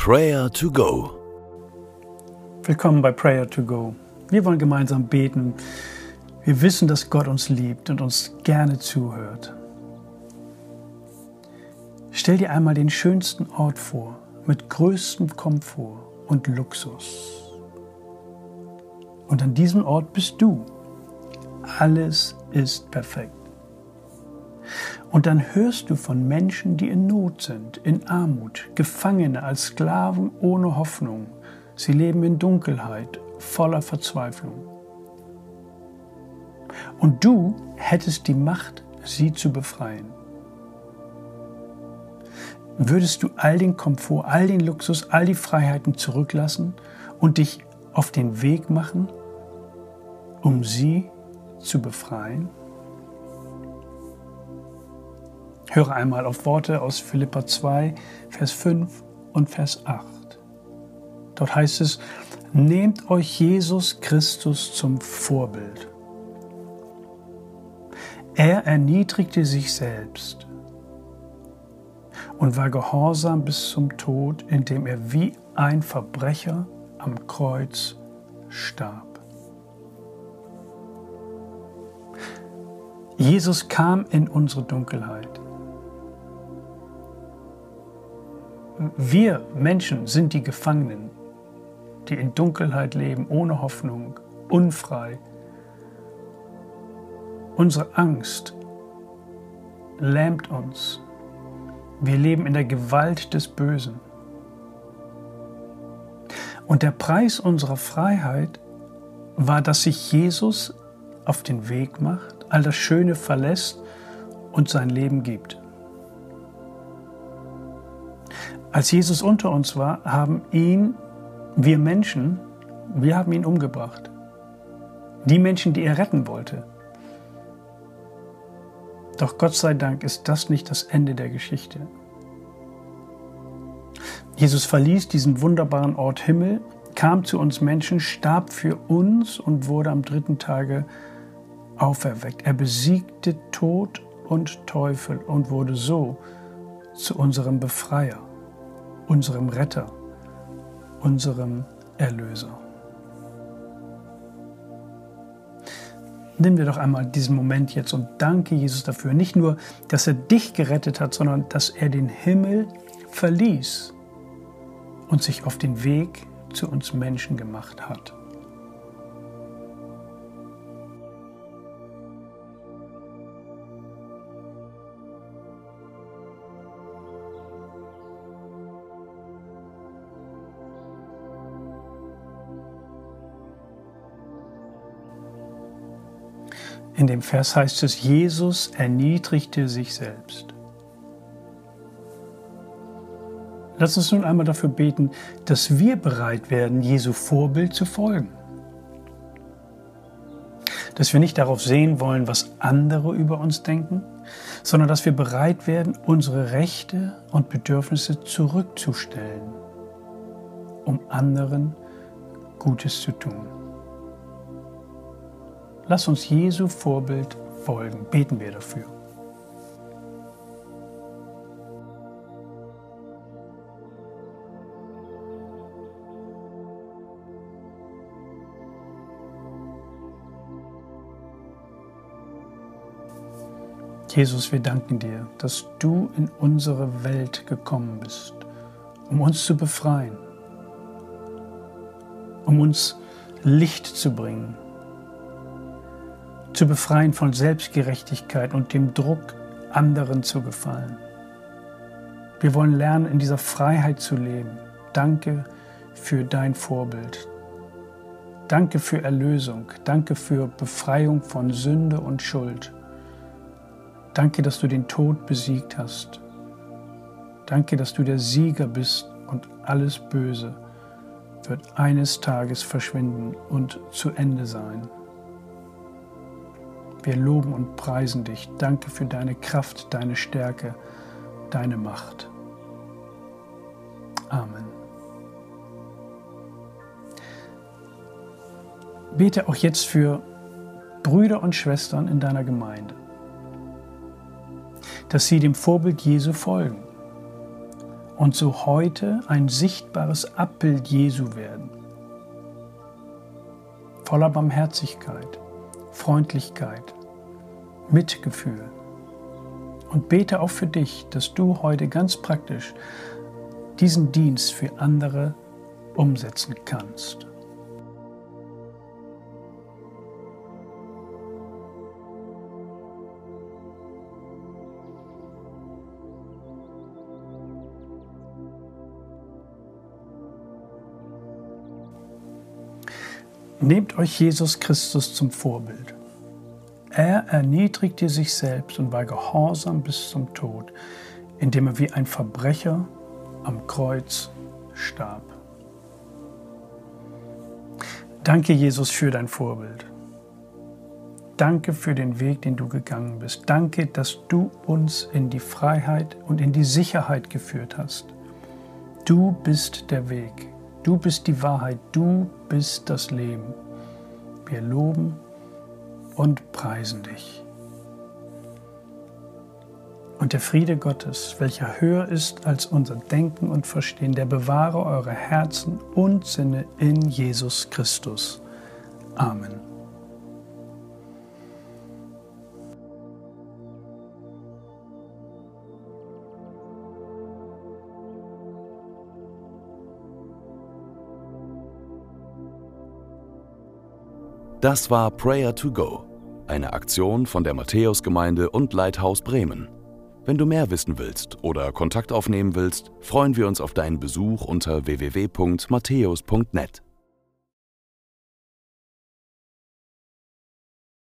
Prayer to Go. Willkommen bei Prayer to Go. Wir wollen gemeinsam beten. Wir wissen, dass Gott uns liebt und uns gerne zuhört. Stell dir einmal den schönsten Ort vor, mit größtem Komfort und Luxus. Und an diesem Ort bist du. Alles ist perfekt. Und dann hörst du von Menschen, die in Not sind, in Armut, Gefangene als Sklaven ohne Hoffnung. Sie leben in Dunkelheit, voller Verzweiflung. Und du hättest die Macht, sie zu befreien. Würdest du all den Komfort, all den Luxus, all die Freiheiten zurücklassen und dich auf den Weg machen, um sie zu befreien? Höre einmal auf Worte aus Philipper 2, Vers 5 und Vers 8. Dort heißt es: Nehmt euch Jesus Christus zum Vorbild. Er erniedrigte sich selbst und war gehorsam bis zum Tod, indem er wie ein Verbrecher am Kreuz starb. Jesus kam in unsere Dunkelheit. Wir Menschen sind die Gefangenen, die in Dunkelheit leben, ohne Hoffnung, unfrei. Unsere Angst lähmt uns. Wir leben in der Gewalt des Bösen. Und der Preis unserer Freiheit war, dass sich Jesus auf den Weg macht, all das Schöne verlässt und sein Leben gibt. Als Jesus unter uns war, haben wir Menschen umgebracht. Die Menschen, die er retten wollte. Doch Gott sei Dank ist das nicht das Ende der Geschichte. Jesus verließ diesen wunderbaren Ort Himmel, kam zu uns Menschen, starb für uns und wurde am 3. Tage auferweckt. Er besiegte Tod und Teufel und wurde so zu unserem Befreier, unserem Retter, unserem Erlöser. Nimm dir doch einmal diesen Moment jetzt und danke Jesus dafür. Nicht nur, dass er dich gerettet hat, sondern dass er den Himmel verließ und sich auf den Weg zu uns Menschen gemacht hat. In dem Vers heißt es, Jesus erniedrigte sich selbst. Lass uns nun einmal dafür beten, dass wir bereit werden, Jesu Vorbild zu folgen. Dass wir nicht darauf sehen wollen, was andere über uns denken, sondern dass wir bereit werden, unsere Rechte und Bedürfnisse zurückzustellen, um anderen Gutes zu tun. Lass uns Jesu Vorbild folgen. Beten wir dafür. Jesus, wir danken dir, dass du in unsere Welt gekommen bist, um uns zu befreien, um uns Licht zu bringen, zu befreien von Selbstgerechtigkeit und dem Druck, anderen zu gefallen. Wir wollen lernen, in dieser Freiheit zu leben. Danke für dein Vorbild. Danke für Erlösung. Danke für Befreiung von Sünde und Schuld. Danke, dass du den Tod besiegt hast. Danke, dass du der Sieger bist und alles Böse wird eines Tages verschwinden und zu Ende sein. Wir loben und preisen dich. Danke für deine Kraft, deine Stärke, deine Macht. Amen. Bete auch jetzt für Brüder und Schwestern in deiner Gemeinde, dass sie dem Vorbild Jesu folgen und so heute ein sichtbares Abbild Jesu werden. Voller Barmherzigkeit, Freundlichkeit, Mitgefühl. Und bete auch für dich, dass du heute ganz praktisch diesen Dienst für andere umsetzen kannst. Nehmt euch Jesus Christus zum Vorbild. Er erniedrigte sich selbst und war gehorsam bis zum Tod, indem er wie ein Verbrecher am Kreuz starb. Danke, Jesus, für dein Vorbild. Danke für den Weg, den du gegangen bist. Danke, dass du uns in die Freiheit und in die Sicherheit geführt hast. Du bist der Weg. Du bist die Wahrheit, du bist das Leben. Wir loben und preisen dich. Und der Friede Gottes, welcher höher ist als unser Denken und Verstehen, der bewahre eure Herzen und Sinne in Jesus Christus. Amen. Das war Prayer to Go, eine Aktion von der Matthäusgemeinde und Lighthouse Bremen. Wenn du mehr wissen willst oder Kontakt aufnehmen willst, freuen wir uns auf deinen Besuch unter www.matthäus.net.